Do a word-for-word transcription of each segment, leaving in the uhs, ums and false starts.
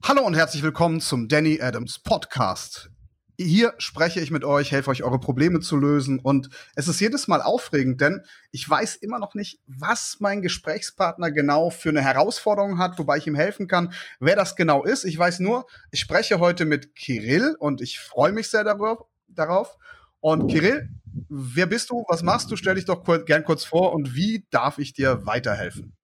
Hallo und herzlich willkommen zum Danny Adams Podcast. Hier spreche ich mit euch, helfe euch, eure Probleme zu lösen. Und es ist jedes Mal aufregend, denn ich weiß immer noch nicht, was mein Gesprächspartner genau für eine Herausforderung hat, wobei ich ihm helfen kann, wer das genau ist. Ich weiß nur, ich spreche heute mit Kirill und ich freue mich sehr darüber, darauf. Und Kirill, wer bist du? Was machst du? Stell dich doch kur- gern kurz vor und wie darf ich dir weiterhelfen?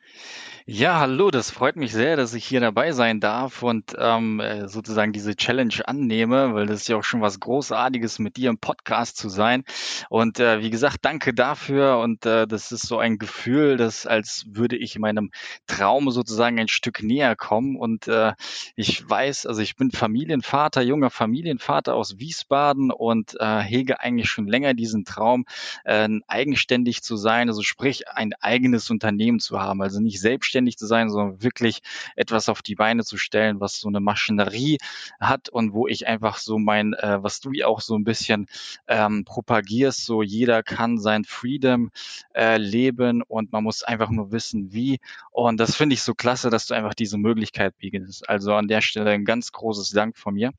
Ja, hallo, das freut mich sehr, dass ich hier dabei sein darf und ähm, äh, sozusagen diese Challenge annehme, weil das ist ja auch schon was Großartiges, mit dir im Podcast zu sein. Und äh, wie gesagt, danke dafür. Und äh, das ist so ein Gefühl, das als würde ich meinem Traum sozusagen ein Stück näher kommen. Und äh, ich weiß, also ich bin Familienvater, junger Familienvater aus Wiesbaden und äh, hege eigentlich schon länger diesen Traum, äh, eigenständig zu sein, also sprich ein eigenes Unternehmen zu haben, also nicht selbstständig zu sein, sondern wirklich etwas auf die Beine zu stellen, was so eine Maschinerie hat und wo ich einfach so mein, äh, was du ja auch so ein bisschen ähm, propagierst, so jeder kann sein Freedom äh, leben und man muss einfach nur wissen, wie. Und das finde ich so klasse, dass du einfach diese Möglichkeit bietest. Also an der Stelle ein ganz großes Dank von mir.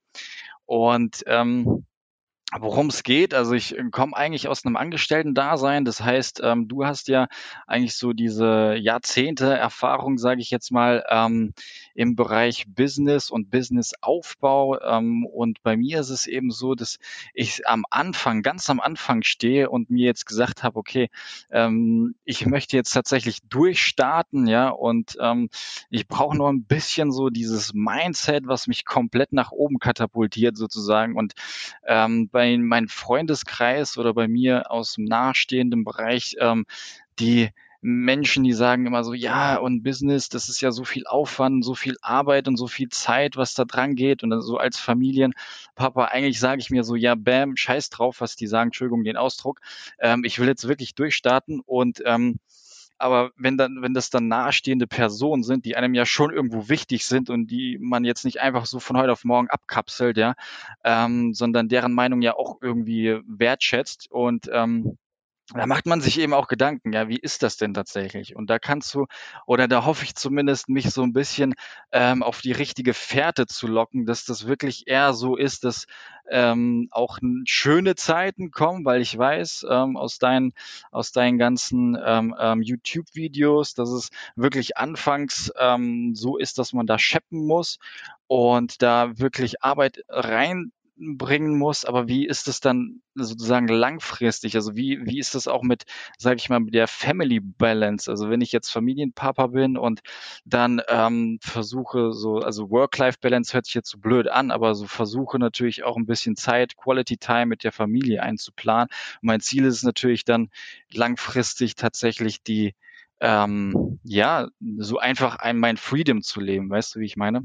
Und ähm, Worum es geht, also ich äh, komme eigentlich aus einem Angestellten-Dasein. Das heißt, ähm, du hast ja eigentlich so diese Jahrzehnte Erfahrung, sage ich jetzt mal, ähm, im Bereich Business und Businessaufbau. Ähm, und bei mir ist es eben so, dass ich am Anfang, ganz am Anfang stehe und mir jetzt gesagt habe, okay, ähm, ich möchte jetzt tatsächlich durchstarten, ja, und ähm, ich brauche nur ein bisschen so dieses Mindset, was mich komplett nach oben katapultiert sozusagen. Und ähm, bei meinem Freundeskreis oder bei mir aus dem nahestehenden Bereich, ähm, die Menschen, die sagen immer so, ja, und Business, das ist ja so viel Aufwand, so viel Arbeit und so viel Zeit, was da dran geht. Und dann so als Familienpapa, eigentlich sage ich mir so, ja, bam, scheiß drauf, was die sagen, Entschuldigung, den Ausdruck. Ähm, ich will jetzt wirklich durchstarten und ähm, aber wenn dann, wenn das dann nahestehende Personen sind, die einem ja schon irgendwo wichtig sind und die man jetzt nicht einfach so von heute auf morgen abkapselt, ja, ähm, sondern deren Meinung ja auch irgendwie wertschätzt und ähm, da macht man sich eben auch Gedanken, ja, wie ist das denn tatsächlich? Und da kannst du, oder da hoffe ich zumindest, mich so ein bisschen ähm, auf die richtige Fährte zu locken, dass das wirklich eher so ist, dass ähm, auch n- schöne Zeiten kommen, weil ich weiß ähm, aus deinen, aus deinen ganzen ähm, ähm, YouTube-Videos, dass es wirklich anfangs ähm, so ist, dass man da scheppen muss und da wirklich Arbeit rein bringen muss, aber wie ist es dann sozusagen langfristig? Also wie, wie ist das auch mit, sage ich mal, mit der Family Balance? Also wenn ich jetzt Familienpapa bin und dann ähm, versuche so, also Work-Life-Balance hört sich jetzt so blöd an, aber so versuche natürlich auch ein bisschen Zeit, Quality Time mit der Familie einzuplanen. Und mein Ziel ist es natürlich dann langfristig tatsächlich die ähm, ja, so einfach ein mein Freedom zu leben, weißt du, wie ich meine?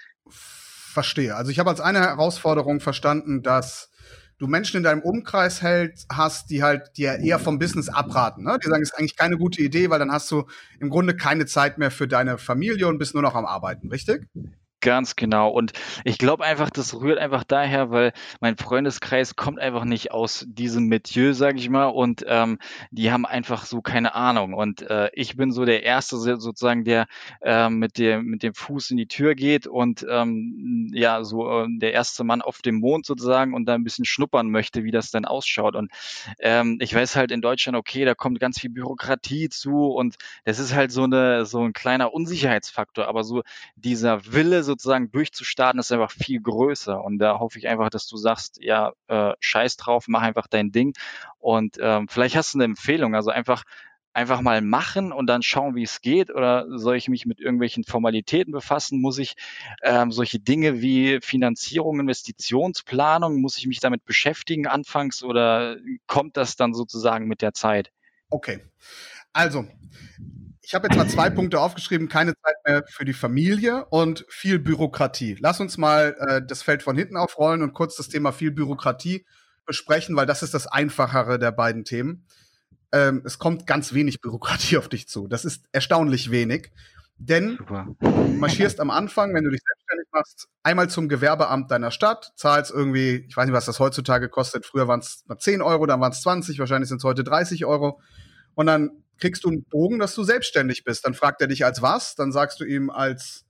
Verstehe. Also ich habe als eine Herausforderung verstanden, dass du Menschen in deinem Umkreis hält, hast, die halt dir eher vom Business abraten. Ne? Die sagen, es ist eigentlich keine gute Idee, weil dann hast du im Grunde keine Zeit mehr für deine Familie und bist nur noch am Arbeiten, richtig? Ganz genau. Und ich glaube einfach, das rührt einfach daher, weil mein Freundeskreis kommt einfach nicht aus diesem Metier, sage ich mal, und ähm, die haben einfach so keine Ahnung. Und äh, ich bin so der Erste so- sozusagen, der ähm, mit dem mit dem Fuß in die Tür geht und ähm, ja, so äh, der erste Mann auf dem Mond sozusagen und da ein bisschen schnuppern möchte, wie das dann ausschaut. Und ähm, ich weiß halt in Deutschland, okay, da kommt ganz viel Bürokratie zu und das ist halt so eine so ein kleiner Unsicherheitsfaktor, aber so dieser Wille sozusagen durchzustarten ist einfach viel größer. Und da hoffe ich einfach, dass du sagst, ja, äh, scheiß drauf, mach einfach dein Ding. Und ähm, vielleicht hast du eine Empfehlung, also einfach einfach mal machen und dann schauen, wie es geht? Oder soll ich mich mit irgendwelchen Formalitäten befassen? Muss ich ähm, solche Dinge wie Finanzierung, Investitionsplanung, muss ich mich damit beschäftigen anfangs oder kommt das dann sozusagen mit der Zeit? Okay. Also, ich habe jetzt mal zwei Punkte aufgeschrieben, keine Zeit mehr für die Familie und viel Bürokratie. Lass uns mal äh, das Feld von hinten aufrollen und kurz das Thema viel Bürokratie besprechen, weil das ist das einfachere der beiden Themen. Ähm, es kommt ganz wenig Bürokratie auf dich zu. Das ist erstaunlich wenig. Denn Super. du marschierst am Anfang, wenn du dich selbstständig machst, einmal zum Gewerbeamt deiner Stadt, zahlst irgendwie, ich weiß nicht, was das heutzutage kostet, früher waren es zehn Euro, dann waren es zwanzig, wahrscheinlich sind es heute dreißig Euro. Und dann kriegst du einen Bogen, dass du selbstständig bist. Dann fragt er dich als was, dann sagst du ihm als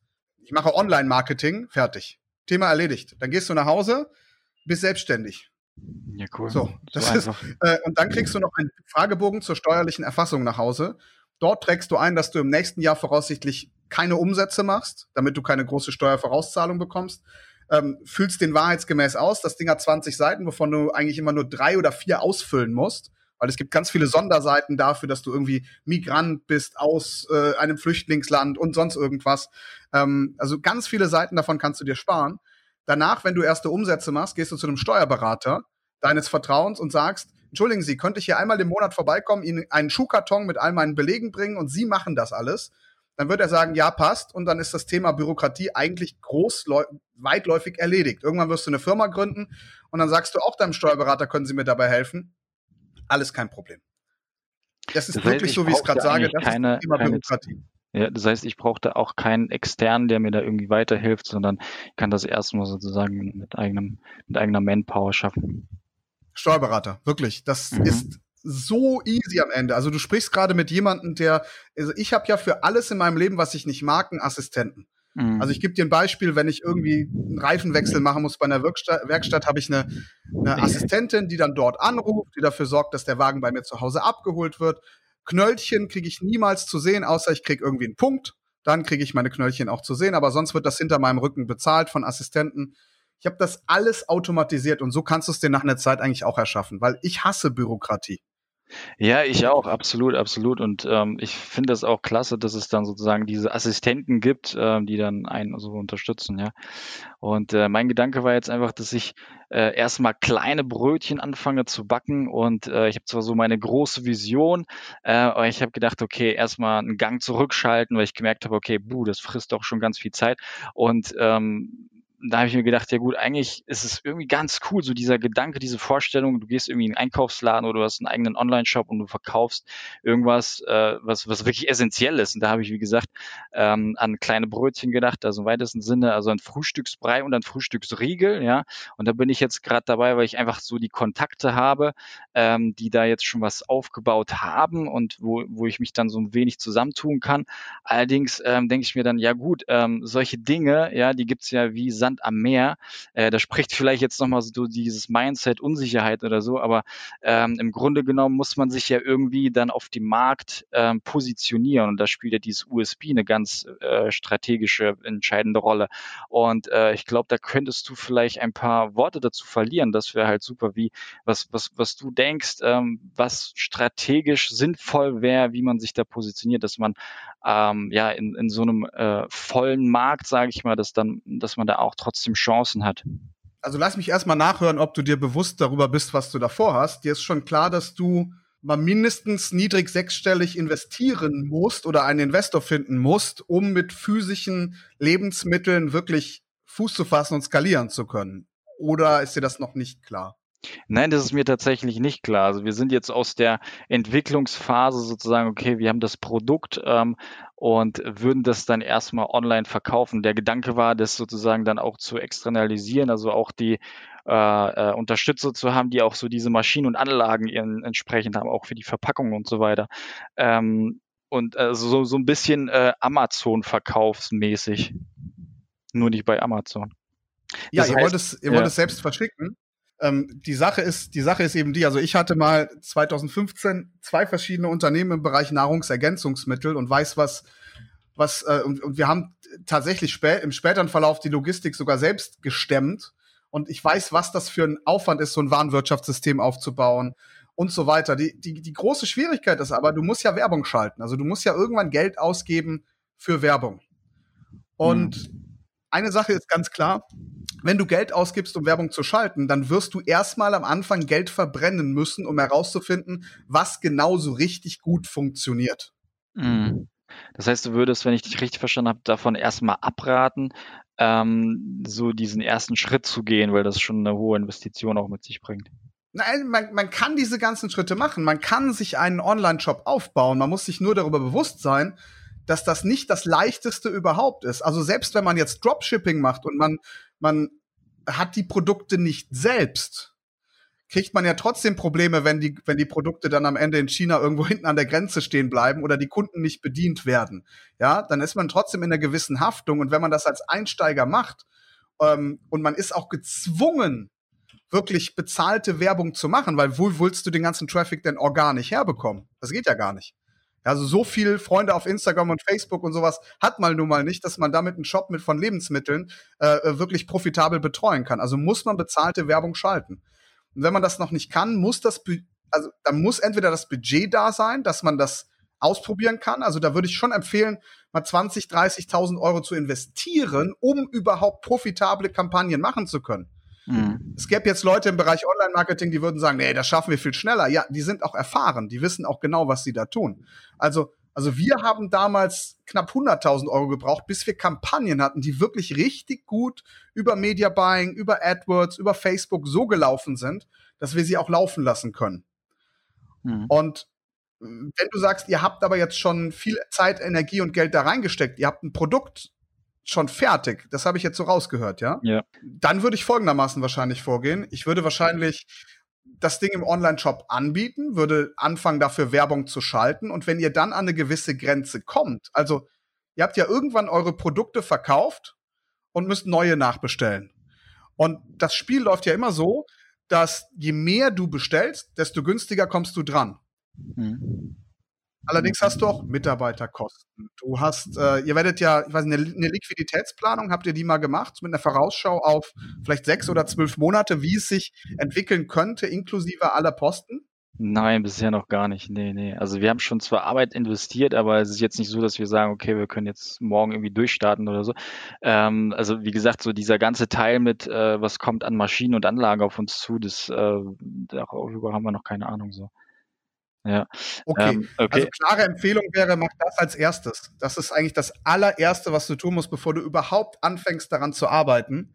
ich mache Online-Marketing, fertig. Thema erledigt. Dann gehst du nach Hause, bist selbstständig. Ja, cool. So, das So ist, äh, und dann kriegst du noch einen Fragebogen zur steuerlichen Erfassung nach Hause. Dort trägst du ein, dass du im nächsten Jahr voraussichtlich keine Umsätze machst, damit du keine große Steuervorauszahlung bekommst. Ähm, füllst den wahrheitsgemäß aus. Das Ding hat zwanzig Seiten, wovon du eigentlich immer nur drei oder vier ausfüllen musst. Weil es gibt ganz viele Sonderseiten dafür, dass du irgendwie Migrant bist aus äh, einem Flüchtlingsland und sonst irgendwas. Ähm, also ganz viele Seiten davon kannst du dir sparen. Danach, wenn du erste Umsätze machst, gehst du zu einem Steuerberater deines Vertrauens und sagst, entschuldigen Sie, könnte ich hier einmal im Monat vorbeikommen, Ihnen einen Schuhkarton mit all meinen Belegen bringen und Sie machen das alles? Dann wird er sagen, ja, passt. Und dann ist das Thema Bürokratie eigentlich groß, weitläufig erledigt. Irgendwann wirst du eine Firma gründen und dann sagst du auch deinem Steuerberater, können Sie mir dabei helfen? Alles kein Problem. Das ist Das heißt, wirklich ich so, wie ich es brauche gerade da sage, eigentlich das ist keine, das Thema keine, Bürokratie. ja, das heißt, ich brauche da auch keinen externen, der mir da irgendwie weiterhilft, sondern kann das erstmal sozusagen mit eigenem, mit eigener Manpower schaffen. Steuerberater, wirklich. Das Mhm. ist so easy am Ende. Also du sprichst gerade mit jemandem, der, also ich habe ja für alles in meinem Leben, was ich nicht mag, einen Assistenten. Mhm. Also ich gebe dir ein Beispiel, wenn ich irgendwie einen Reifenwechsel machen muss bei einer Werkstatt, Werkstatt habe ich eine, eine Assistentin, die dann dort anruft, die dafür sorgt, dass der Wagen bei mir zu Hause abgeholt wird. Knöllchen kriege ich niemals zu sehen, außer ich kriege irgendwie einen Punkt. Dann kriege ich meine Knöllchen auch zu sehen, aber sonst wird das hinter meinem Rücken bezahlt von Assistenten. Ich habe das alles automatisiert und so kannst du es dir nach einer Zeit eigentlich auch erschaffen, weil ich hasse Bürokratie. Ja, ich auch, absolut, absolut. Und ähm, ich finde das auch klasse, dass es dann sozusagen diese Assistenten gibt, ähm, die dann einen so unterstützen, ja. Und äh, mein Gedanke war jetzt einfach, dass ich äh, erstmal kleine Brötchen anfange zu backen und äh, ich habe zwar so meine große Vision, äh, aber ich habe gedacht, okay, erstmal einen Gang zurückschalten, weil ich gemerkt habe, okay, buh, das frisst doch schon ganz viel Zeit. Und ähm, da habe ich mir gedacht, ja gut, eigentlich ist es irgendwie ganz cool, so dieser Gedanke, diese Vorstellung, du gehst irgendwie in einen Einkaufsladen oder du hast einen eigenen Online-Shop und du verkaufst irgendwas, äh, was, was wirklich essentiell ist. Und da habe ich, wie gesagt, ähm, an kleine Brötchen gedacht, also im weitesten Sinne, also an Frühstücksbrei und an Frühstücksriegel, ja. Und da bin ich jetzt gerade dabei, weil ich einfach so die Kontakte habe, ähm, die da jetzt schon was aufgebaut haben und wo, wo ich mich dann so ein wenig zusammentun kann. Allerdings ähm, denke ich mir dann, ja gut, ähm, solche Dinge, ja, die gibt's ja wie Sand am Meer. Äh, da spricht vielleicht jetzt nochmal so dieses Mindset, Unsicherheit oder so, aber ähm, im Grunde genommen muss man sich ja irgendwie dann auf dem Markt ähm, positionieren und da spielt ja dieses U S P eine ganz äh, strategische, entscheidende Rolle. Und äh, ich glaube, da könntest du vielleicht ein paar Worte dazu verlieren. Das wäre halt super, wie was, was, was du denkst, ähm, was strategisch sinnvoll wäre, wie man sich da positioniert, dass man ähm, ja in, in so einem äh, vollen Markt, sage ich mal, dass dann, dass man da auch trotzdem Chancen hat. Also lass mich erstmal nachhören, ob du dir bewusst darüber bist, was du davor hast. Dir ist schon klar, dass du mal mindestens niedrig sechsstellig investieren musst oder einen Investor finden musst, um mit physischen Lebensmitteln wirklich Fuß zu fassen und skalieren zu können. Oder ist dir das noch nicht klar? Nein, das ist mir tatsächlich nicht klar. Also wir sind jetzt aus der Entwicklungsphase sozusagen, okay, wir haben das Produkt ähm, und würden das dann erstmal online verkaufen. Der Gedanke war, das sozusagen dann auch zu externalisieren, also auch die äh, äh, Unterstützer zu haben, die auch so diese Maschinen und Anlagen ihren, entsprechend haben, auch für die Verpackung und so weiter. Ähm, und also so, so ein bisschen äh, Amazon-verkaufsmäßig, nur nicht bei Amazon. Ja, Das ihr wollt heißt, es, ihr wollt ja. es selbst verschicken. Ähm, die Sache ist, die Sache ist eben die, also ich hatte mal zwanzig fünfzehn zwei verschiedene Unternehmen im Bereich Nahrungsergänzungsmittel und weiß, was, was, äh, und, und wir haben tatsächlich spä im späteren Verlauf die Logistik sogar selbst gestemmt. Und ich weiß, was das für ein Aufwand ist, so ein Warenwirtschaftssystem aufzubauen und so weiter. Die, die, die große Schwierigkeit ist aber, du musst ja Werbung schalten. Also du musst ja irgendwann Geld ausgeben für Werbung. Und Hm. eine Sache ist ganz klar, wenn du Geld ausgibst, um Werbung zu schalten, dann wirst du erstmal am Anfang Geld verbrennen müssen, um herauszufinden, was genau so richtig gut funktioniert. Mhm. Das heißt, du würdest, wenn ich dich richtig verstanden habe, davon erstmal abraten, ähm, so diesen ersten Schritt zu gehen, weil das schon eine hohe Investition auch mit sich bringt. Nein, man, man kann diese ganzen Schritte machen. Man kann sich einen Online-Shop aufbauen. Man muss sich nur darüber bewusst sein, dass das nicht das leichteste überhaupt ist. Also selbst wenn man jetzt Dropshipping macht und man, man hat die Produkte nicht selbst, kriegt man ja trotzdem Probleme, wenn die, wenn die Produkte dann am Ende in China irgendwo hinten an der Grenze stehen bleiben oder die Kunden nicht bedient werden. Ja, dann ist man trotzdem in einer gewissen Haftung. Und wenn man das als Einsteiger macht, ähm, und man ist auch gezwungen, wirklich bezahlte Werbung zu machen, weil wo willst du den ganzen Traffic denn organisch herbekommen? Das geht ja gar nicht. Also so viel Freunde auf Instagram und Facebook und sowas hat man nun mal nicht, dass man damit einen Shop mit von Lebensmitteln äh, wirklich profitabel betreuen kann. Also muss man bezahlte Werbung schalten. Und wenn man das noch nicht kann, muss das, also dann muss entweder das Budget da sein, dass man das ausprobieren kann. Also da würde ich schon empfehlen, mal zwanzig, dreißigtausend Euro zu investieren, um überhaupt profitable Kampagnen machen zu können. Mhm. Es gäbe jetzt Leute im Bereich Online-Marketing, die würden sagen, nee, das schaffen wir viel schneller. Ja, die sind auch erfahren, die wissen auch genau, was sie da tun. Also, also wir haben damals knapp hunderttausend Euro gebraucht, bis wir Kampagnen hatten, die wirklich richtig gut über Media Buying, über AdWords, über Facebook so gelaufen sind, dass wir sie auch laufen lassen können. Mhm. Und wenn du sagst, ihr habt aber jetzt schon viel Zeit, Energie und Geld da reingesteckt, ihr habt ein Produkt schon fertig, das habe ich jetzt so rausgehört, ja? Ja. Dann würde ich folgendermaßen wahrscheinlich vorgehen. Ich würde wahrscheinlich das Ding im Online-Shop anbieten, würde anfangen, dafür Werbung zu schalten. Und wenn ihr dann an eine gewisse Grenze kommt, also ihr habt ja irgendwann eure Produkte verkauft und müsst neue nachbestellen. Und das Spiel läuft ja immer so, dass je mehr du bestellst, desto günstiger kommst du dran. Mhm. Allerdings hast du auch Mitarbeiterkosten. Du hast, äh, ihr werdet ja, ich weiß nicht, eine, eine Liquiditätsplanung, habt ihr die mal gemacht, mit einer Vorausschau auf vielleicht sechs oder zwölf Monate, wie es sich entwickeln könnte, inklusive aller Posten? Nein, bisher noch gar nicht. Nee, nee. Also wir haben schon zwar Arbeit investiert, aber es ist jetzt nicht so, dass wir sagen, okay, wir können jetzt morgen irgendwie durchstarten oder so. Ähm, also wie gesagt, so dieser ganze Teil mit, äh, was kommt an Maschinen und Anlagen auf uns zu, das äh, darüber haben wir noch keine Ahnung so. Ja. Okay. Ähm, okay, also klare Empfehlung wäre, mach das als erstes. Das ist eigentlich das allererste, was du tun musst, bevor du überhaupt anfängst, daran zu arbeiten.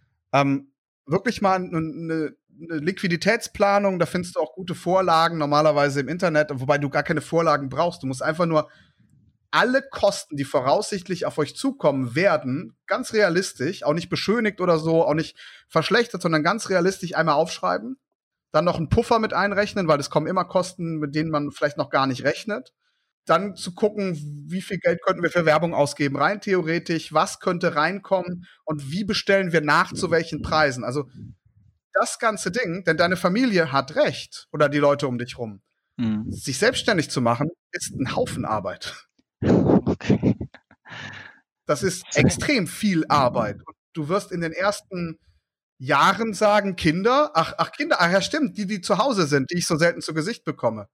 Ähm, wirklich mal eine, eine Liquiditätsplanung, da findest du auch gute Vorlagen, normalerweise im Internet, wobei du gar keine Vorlagen brauchst. Du musst einfach nur alle Kosten, die voraussichtlich auf euch zukommen werden, ganz realistisch, auch nicht beschönigt oder so, auch nicht verschlechtert, sondern ganz realistisch einmal aufschreiben. Dann noch einen Puffer mit einrechnen, weil es kommen immer Kosten, mit denen man vielleicht noch gar nicht rechnet. Dann zu gucken, wie viel Geld könnten wir für Werbung ausgeben, rein theoretisch, was könnte reinkommen und wie bestellen wir nach zu welchen Preisen. Also das ganze Ding, denn deine Familie hat recht oder die Leute um dich rum. Mhm. Sich selbstständig zu machen, ist ein Haufen Arbeit. Okay. Das ist extrem viel Arbeit. Und du wirst in den ersten Jahren sagen, Kinder, ach, ach Kinder, ach ja stimmt, die, die zu Hause sind, die ich so selten zu Gesicht bekomme.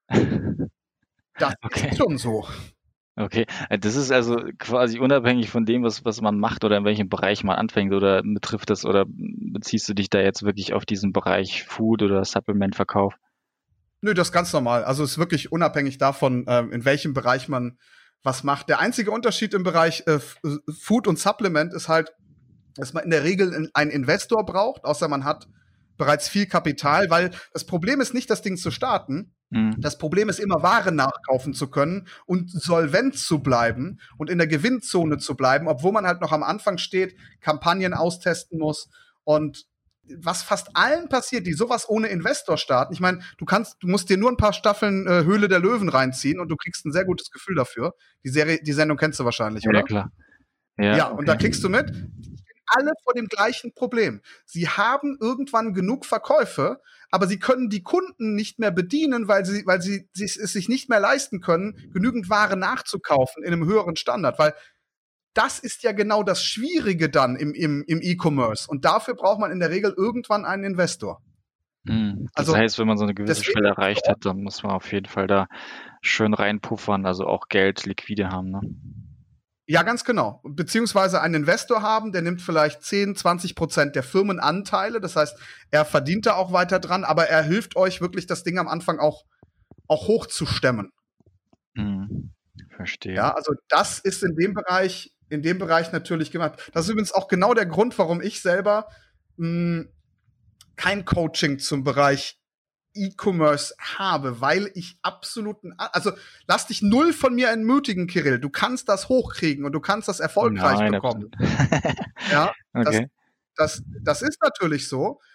Das okay. ist schon so. Okay, das ist also quasi unabhängig von dem, was, was man macht oder in welchem Bereich man anfängt, oder betrifft das, oder beziehst du dich da jetzt wirklich auf diesen Bereich Food oder Supplement-Verkauf? Nö, das ist ganz normal. Also es ist wirklich unabhängig davon, in welchem Bereich man was macht. Der einzige Unterschied im Bereich äh, Food und Supplement ist halt, dass man in der Regel einen Investor braucht, außer man hat bereits viel Kapital, weil das Problem ist nicht, das Ding zu starten. Mhm. Das Problem ist immer, Ware nachkaufen zu können und solvent zu bleiben und in der Gewinnzone zu bleiben, obwohl man halt noch am Anfang steht, Kampagnen austesten muss. Und was fast allen passiert, die sowas ohne Investor starten, ich meine, du kannst, du musst dir nur ein paar Staffeln äh, Höhle der Löwen reinziehen und du kriegst ein sehr gutes Gefühl dafür. Die Serie, die Sendung kennst du wahrscheinlich, oder? Ja, klar. Ja, ja, okay. Und da kriegst du mit, alle vor dem gleichen Problem. Sie haben irgendwann genug Verkäufe, aber sie können die Kunden nicht mehr bedienen, weil sie, weil sie, sie es sich nicht mehr leisten können, genügend Ware nachzukaufen in einem höheren Standard, weil das ist ja genau das Schwierige dann im, im, im E-Commerce. Und dafür braucht man in der Regel irgendwann einen Investor. Hm, das also, heißt, wenn man so eine gewisse Schwelle erreicht hat, dann muss man auf jeden Fall da schön reinpuffern, also auch Geld liquide haben, ne? Ja, ganz genau. Beziehungsweise einen Investor haben, der nimmt vielleicht zehn, zwanzig Prozent der Firmenanteile. Das heißt, er verdient da auch weiter dran, aber er hilft euch wirklich, das Ding am Anfang auch, auch hochzustemmen. Hm, verstehe. Ja, also das ist in dem Bereich, in dem Bereich natürlich gemacht. Das ist übrigens auch genau der Grund, warum ich selber mh, kein Coaching zum Bereich E-Commerce habe, weil ich absoluten, also lass dich null von mir entmutigen, Kirill. Du kannst das hochkriegen und du kannst das erfolgreich Nein, bekommen. Ja, okay. das, das, das ist natürlich so.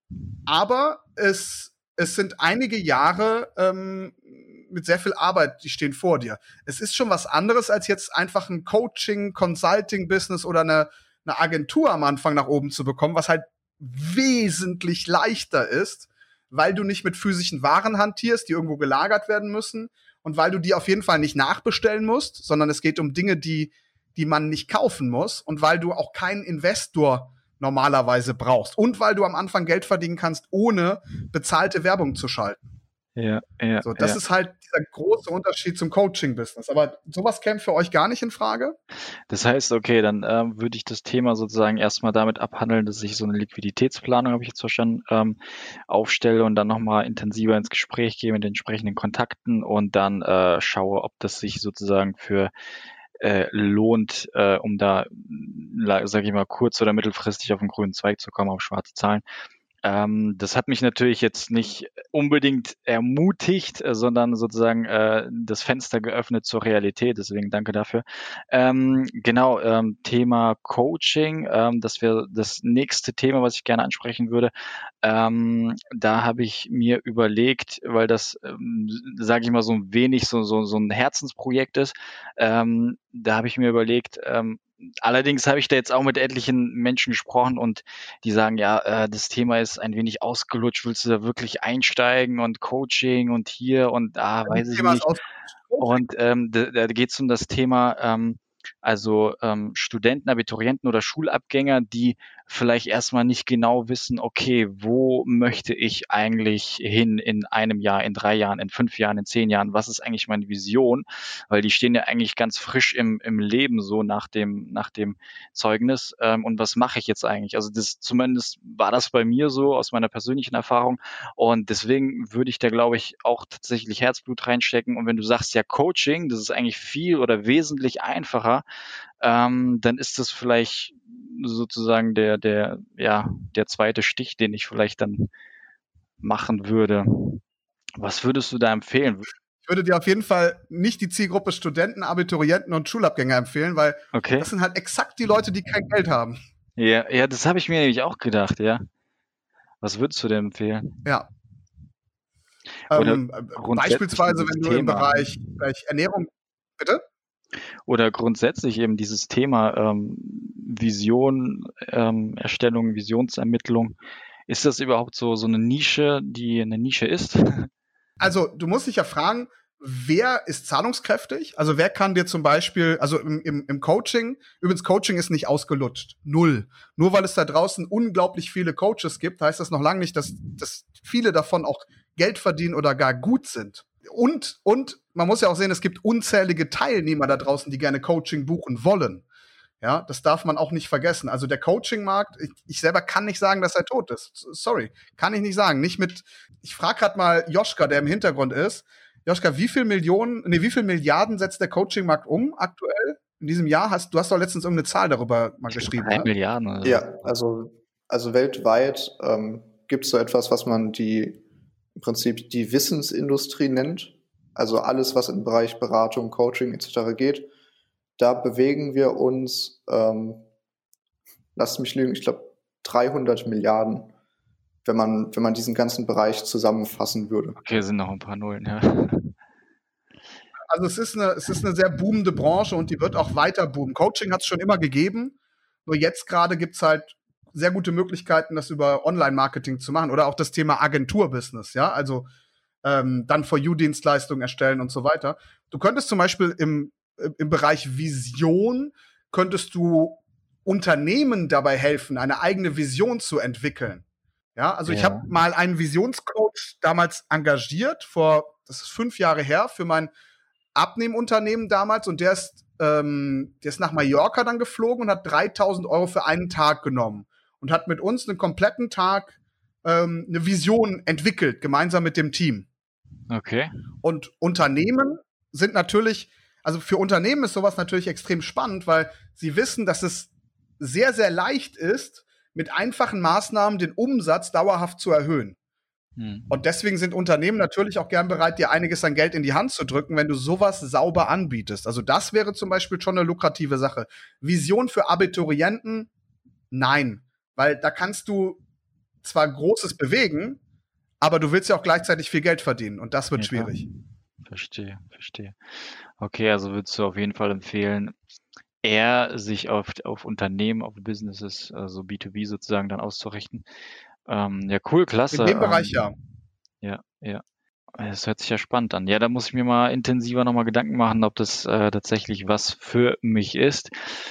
aber es, es sind einige Jahre ähm, mit sehr viel Arbeit, die stehen vor dir. Es ist schon was anderes als jetzt einfach ein Coaching, Consulting-Business oder eine, eine Agentur am Anfang nach oben zu bekommen, was halt wesentlich leichter ist, weil du nicht mit physischen Waren hantierst, die irgendwo gelagert werden müssen und weil du die auf jeden Fall nicht nachbestellen musst, sondern es geht um Dinge, die, die man nicht kaufen muss und weil du auch keinen Investor normalerweise brauchst und weil du am Anfang Geld verdienen kannst, ohne bezahlte Werbung zu schalten. Ja, ja, So, das ja. ist halt dieser große Unterschied zum Coaching-Business. Aber sowas käme für euch gar nicht in Frage? Das heißt, okay, dann ähm, würde ich das Thema sozusagen erstmal damit abhandeln, dass ich so eine Liquiditätsplanung, habe ich jetzt verstanden, ähm, aufstelle und dann nochmal intensiver ins Gespräch gehe mit den entsprechenden Kontakten und dann äh, schaue, ob das sich sozusagen für äh, lohnt, äh, um da, sage ich mal, kurz- oder mittelfristig auf den grünen Zweig zu kommen, auf schwarze Zahlen. Ähm, das hat mich natürlich jetzt nicht unbedingt ermutigt, äh, sondern sozusagen äh, das Fenster geöffnet zur Realität. Deswegen danke dafür. Ähm, genau, ähm, Thema Coaching, ähm, das wäre das nächste Thema, was ich gerne ansprechen würde. Ähm, da habe ich mir überlegt, weil das, ähm, sage ich mal, so ein wenig so, so, so ein Herzensprojekt ist, ähm, da habe ich mir überlegt, ähm, allerdings habe ich da jetzt auch mit etlichen Menschen gesprochen und die sagen, ja, äh, das Thema ist ein wenig ausgelutscht, willst du da wirklich einsteigen und Coaching und hier und da, weiß Das ich Thema ist nicht. aus. Und ähm, da, da geht es um das Thema, ähm, also ähm, Studenten, Abiturienten oder Schulabgänger, die vielleicht erstmal nicht genau wissen, okay, wo möchte ich eigentlich hin in einem Jahr, in drei Jahren, in fünf Jahren, in zehn Jahren, was ist eigentlich meine Vision? Weil die stehen ja eigentlich ganz frisch im, im Leben so nach dem, nach dem Zeugnis. Ähm, und was mache ich jetzt eigentlich? Also das zumindest war das bei mir so aus meiner persönlichen Erfahrung. Und deswegen würde ich da, glaube ich, auch tatsächlich Herzblut reinstecken. Und wenn du sagst, ja, Coaching, das ist eigentlich viel oder wesentlich einfacher, ähm, dann ist das vielleicht sozusagen der, der, ja, der zweite Stich, den ich vielleicht dann machen würde. Was würdest du da empfehlen? Ich würde dir auf jeden Fall nicht die Zielgruppe Studenten, Abiturienten und Schulabgänger empfehlen, weil Okay. das sind halt exakt die Leute, die kein Geld haben. Ja, ja, das habe ich mir nämlich auch gedacht, ja. Was würdest du denn empfehlen? Ja. Oder Ähm, grundsätzlich beispielsweise, dieses wenn du im Thema. Bereich, Bereich Ernährung, bitte? Oder grundsätzlich eben dieses Thema ähm, Vision, ähm, Erstellung, Visionsermittlung. Ist das überhaupt so, so eine Nische, die eine Nische ist? Also, du musst dich ja fragen, wer ist zahlungskräftig? Also, wer kann dir zum Beispiel, also im, im, im Coaching, übrigens, Coaching ist nicht ausgelutscht. Null. Nur weil es da draußen unglaublich viele Coaches gibt, heißt das noch lange nicht, dass, dass viele davon auch Geld verdienen oder gar gut sind. Und, und man muss ja auch sehen, es gibt unzählige Teilnehmer da draußen, die gerne Coaching buchen wollen. Ja, das darf man auch nicht vergessen. Also der Coaching-Markt, ich, ich selber kann nicht sagen, dass er tot ist. Sorry, kann ich nicht sagen. Nicht mit. Ich frage gerade mal Joschka, der im Hintergrund ist. Joschka, wie viel Millionen, nee, wie viel Milliarden setzt der Coaching-Markt um aktuell in diesem Jahr? Hast du hast doch letztens irgendeine Zahl darüber mal geschrieben, Drei ne? Milliarden oder so. Ja, also, also weltweit ähm, gibt es so etwas, was man die im Prinzip die Wissensindustrie nennt. Also alles, was im Bereich Beratung, Coaching et cetera geht. Da bewegen wir uns, ähm, lasst mich lügen, ich glaube dreihundert Milliarden, wenn man, wenn man diesen ganzen Bereich zusammenfassen würde. Okay, sind noch ein paar Nullen, ja. Also es ist eine, es ist eine sehr boomende Branche und die wird auch weiter boomen. Coaching hat es schon immer gegeben, nur jetzt gerade gibt's halt sehr gute Möglichkeiten, das über Online-Marketing zu machen oder auch das Thema Agentur-Business, ja, also ähm, dann For You-Dienstleistungen erstellen und so weiter. Du könntest zum Beispiel im, im Bereich Vision, könntest du Unternehmen dabei helfen, eine eigene Vision zu entwickeln. Ja, also Ja. ich habe mal einen Visionscoach damals engagiert, vor, das ist fünf Jahre her, für mein Abnehmunternehmen damals und der ist, ähm, der ist nach Mallorca dann geflogen und hat dreitausend Euro für einen Tag genommen und hat mit uns einen kompletten Tag ähm, eine Vision entwickelt, gemeinsam mit dem Team. Okay. Und Unternehmen sind natürlich, also für Unternehmen ist sowas natürlich extrem spannend, weil sie wissen, dass es sehr, sehr leicht ist, mit einfachen Maßnahmen den Umsatz dauerhaft zu erhöhen. Hm. Und deswegen sind Unternehmen natürlich auch gern bereit, dir einiges an Geld in die Hand zu drücken, wenn du sowas sauber anbietest. Also das wäre zum Beispiel schon eine lukrative Sache. Vision für Abiturienten? Nein. Weil da kannst du zwar Großes bewegen, aber du willst ja auch gleichzeitig viel Geld verdienen und das wird Ja, schwierig. verstehe, verstehe. Okay, also würdest du auf jeden Fall empfehlen, eher sich auf, auf Unternehmen, auf Businesses, also B zwei B sozusagen dann auszurichten. Ähm, ja, cool, klasse. In dem Bereich ähm, ja. Ja, ja. Das hört sich ja spannend an. Ja, da muss ich mir mal intensiver nochmal Gedanken machen, ob das äh, tatsächlich was für mich ist.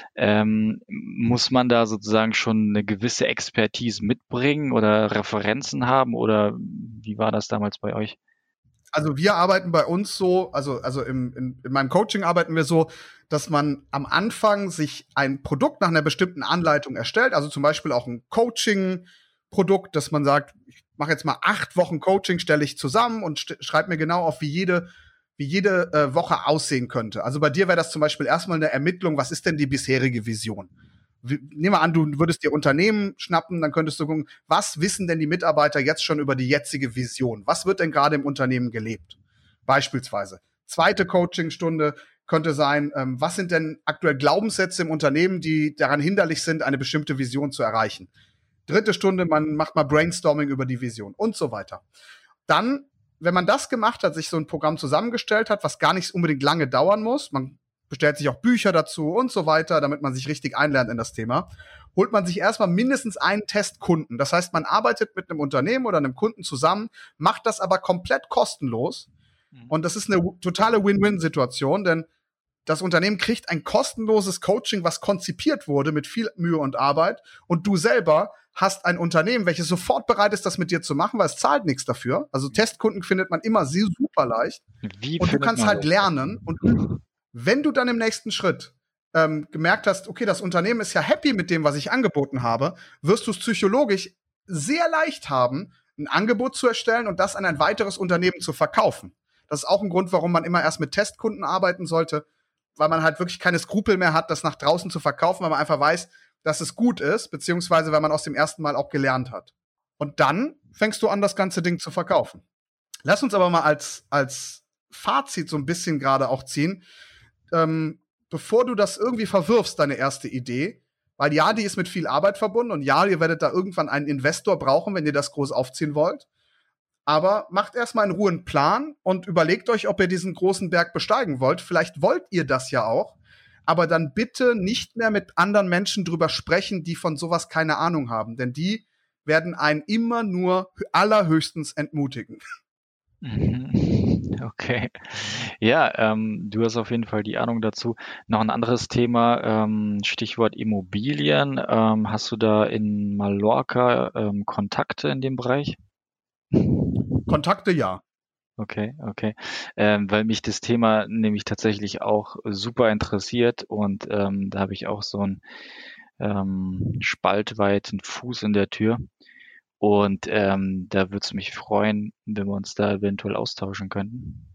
Ähm, muss man da sozusagen schon eine gewisse Expertise mitbringen oder Referenzen haben oder wie war das damals bei euch? Also wir arbeiten bei uns so, also, also im, in, in meinem Coaching arbeiten wir so, dass man am Anfang sich ein Produkt nach einer bestimmten Anleitung erstellt, also zum Beispiel auch ein Coaching-Produkt, dass man sagt, ich mache jetzt mal acht Wochen Coaching, stelle ich zusammen und st- schreibe mir genau auf, wie jede, wie jede äh, Woche aussehen könnte. Also bei dir wäre das zum Beispiel erstmal eine Ermittlung, was ist denn die bisherige Vision? Wie- Nehmen wir an, du würdest dir Unternehmen schnappen, dann könntest du gucken, was wissen denn die Mitarbeiter jetzt schon über die jetzige Vision? Was wird denn gerade im Unternehmen gelebt? Beispielsweise. Zweite Coachingstunde könnte sein, ähm, was sind denn aktuell Glaubenssätze im Unternehmen, die daran hinderlich sind, eine bestimmte Vision zu erreichen? Dritte Stunde, man macht mal Brainstorming über die Vision und so weiter. Dann, wenn man das gemacht hat, sich so ein Programm zusammengestellt hat, was gar nicht unbedingt lange dauern muss, man bestellt sich auch Bücher dazu und so weiter, damit man sich richtig einlernt in das Thema, holt man sich erstmal mindestens einen Testkunden. Das heißt, man arbeitet mit einem Unternehmen oder einem Kunden zusammen, macht das aber komplett kostenlos. Und das ist eine totale Win-Win-Situation, denn das Unternehmen kriegt ein kostenloses Coaching, was konzipiert wurde mit viel Mühe und Arbeit. Und du selber hast ein Unternehmen, welches sofort bereit ist, das mit dir zu machen, weil es zahlt nichts dafür. Also Testkunden findet man immer super leicht. Wie Und du findet kannst man halt das? lernen. Und wenn du dann im nächsten Schritt ähm, gemerkt hast, okay, das Unternehmen ist ja happy mit dem, was ich angeboten habe, wirst du es psychologisch sehr leicht haben, ein Angebot zu erstellen und das an ein weiteres Unternehmen zu verkaufen. Das ist auch ein Grund, warum man immer erst mit Testkunden arbeiten sollte, weil man halt wirklich keine Skrupel mehr hat, das nach draußen zu verkaufen, weil man einfach weiß, dass es gut ist, beziehungsweise weil man aus dem ersten Mal auch gelernt hat. Und dann fängst du an, das ganze Ding zu verkaufen. Lass uns aber mal als, als Fazit so ein bisschen gerade auch ziehen, ähm, bevor du das irgendwie verwirfst, deine erste Idee, weil ja, die ist mit viel Arbeit verbunden und ja, ihr werdet da irgendwann einen Investor brauchen, wenn ihr das groß aufziehen wollt. Aber macht erstmal in Ruhe einen Plan und überlegt euch, ob ihr diesen großen Berg besteigen wollt. Vielleicht wollt ihr das ja auch. Aber dann bitte nicht mehr mit anderen Menschen drüber sprechen, die von sowas keine Ahnung haben. Denn die werden einen immer nur allerhöchstens entmutigen. Okay. Ja, ähm, du hast auf jeden Fall die Ahnung dazu. Noch ein anderes Thema, ähm, Stichwort Immobilien. Ähm, hast du da in Mallorca ähm, Kontakte in dem Bereich? Kontakte ja. Okay, okay. Ähm, weil mich das Thema nämlich tatsächlich auch super interessiert und ähm, da habe ich auch so einen ähm, spaltweiten Fuß in der Tür. Und ähm, da würde es mich freuen, wenn wir uns da eventuell austauschen könnten.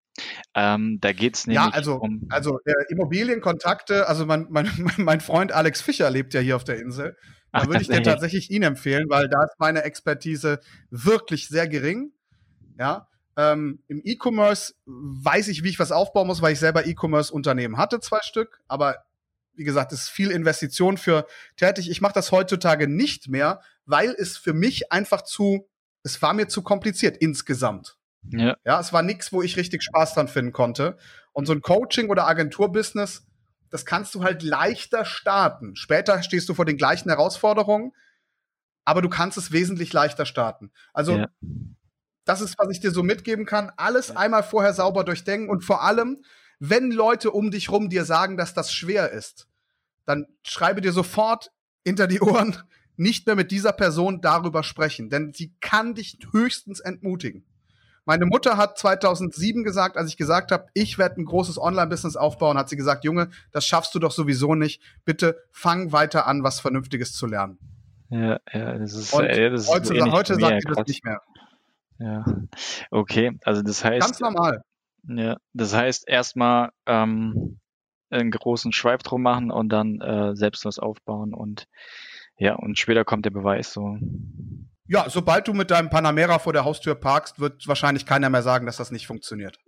Ähm, da geht's Ja, nämlich also, um. also äh, Immobilienkontakte, also mein, mein, mein Freund Alex Fischer lebt ja hier auf der Insel. Ach, Da würde ich dir tatsächlich. tatsächlich ihn empfehlen, weil da ist meine Expertise wirklich sehr gering. Ja, ähm, im E-Commerce weiß ich, wie ich was aufbauen muss, weil ich selber E-Commerce-Unternehmen hatte, zwei Stück. Aber wie gesagt, es ist viel Investition für tätig. Ich mache das heutzutage nicht mehr, weil es für mich einfach zu, es war mir zu kompliziert insgesamt. Ja, Ja, es war nichts, wo ich richtig Spaß dran finden konnte. Und so ein Coaching- oder Agenturbusiness, das kannst du halt leichter starten. Später stehst du vor den gleichen Herausforderungen, aber du kannst es wesentlich leichter starten. Also ja, das ist, was ich dir so mitgeben kann. Alles einmal vorher sauber durchdenken und vor allem, wenn Leute um dich rum dir sagen, dass das schwer ist, dann schreibe dir sofort hinter die Ohren, nicht mehr mit dieser Person darüber sprechen, denn sie kann dich höchstens entmutigen. Meine Mutter hat zweitausendsieben gesagt, als ich gesagt habe, ich werde ein großes Online-Business aufbauen, hat sie gesagt, Junge, das schaffst du doch sowieso nicht. Bitte fang weiter an, was Vernünftiges zu lernen. ja, ja, das ist, Und äh, das ist heute, ähnlich bei heute mir, sagt ja, sie das krass. nicht mehr. Ja, okay, also das heißt, Ganz normal. ja, das heißt erstmal ähm, einen großen Schweif drum machen und dann äh, selbst was aufbauen und ja, und später kommt der Beweis so. Ja, sobald du mit deinem Panamera vor der Haustür parkst, wird wahrscheinlich keiner mehr sagen, dass das nicht funktioniert.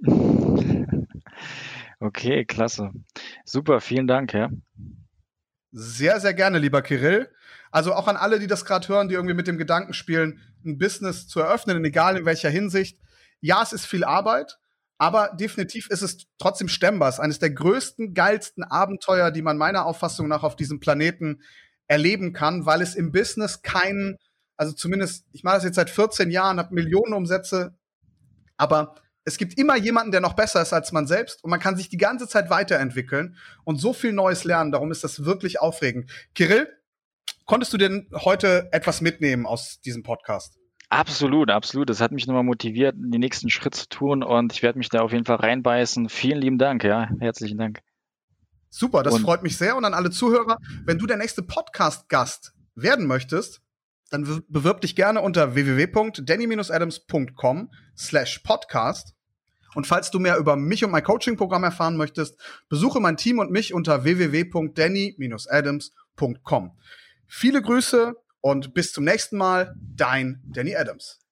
Okay, klasse. Super, vielen Dank, ja. Sehr, sehr gerne, lieber Kirill. Also auch an alle, die das gerade hören, die irgendwie mit dem Gedanken spielen, ein Business zu eröffnen, egal in welcher Hinsicht. Ja, es ist viel Arbeit, aber definitiv ist es trotzdem stemmbar. Es ist eines der größten, geilsten Abenteuer, die man meiner Auffassung nach auf diesem Planeten erleben kann, weil es im Business keinen, also zumindest, ich mache das jetzt seit vierzehn Jahren, habe Millionen Umsätze, aber es gibt immer jemanden, der noch besser ist als man selbst und man kann sich die ganze Zeit weiterentwickeln und so viel Neues lernen. Darum ist das wirklich aufregend. Kirill, konntest du denn heute etwas mitnehmen aus diesem Podcast? Absolut, absolut. Das hat mich nochmal motiviert, den nächsten Schritt zu tun und ich werde mich da auf jeden Fall reinbeißen. Vielen lieben Dank, ja. Herzlichen Dank. Super, das Und freut mich sehr. Und an alle Zuhörer, wenn du der nächste Podcast-Gast werden möchtest, dann bewirb dich gerne unter w w w punkt danny adams punkt com slash podcast. Und falls du mehr über mich und mein Coaching-Programm erfahren möchtest, besuche mein Team und mich unter w w w punkt danny adams punkt com. Viele Grüße und bis zum nächsten Mal, dein Danny Adams.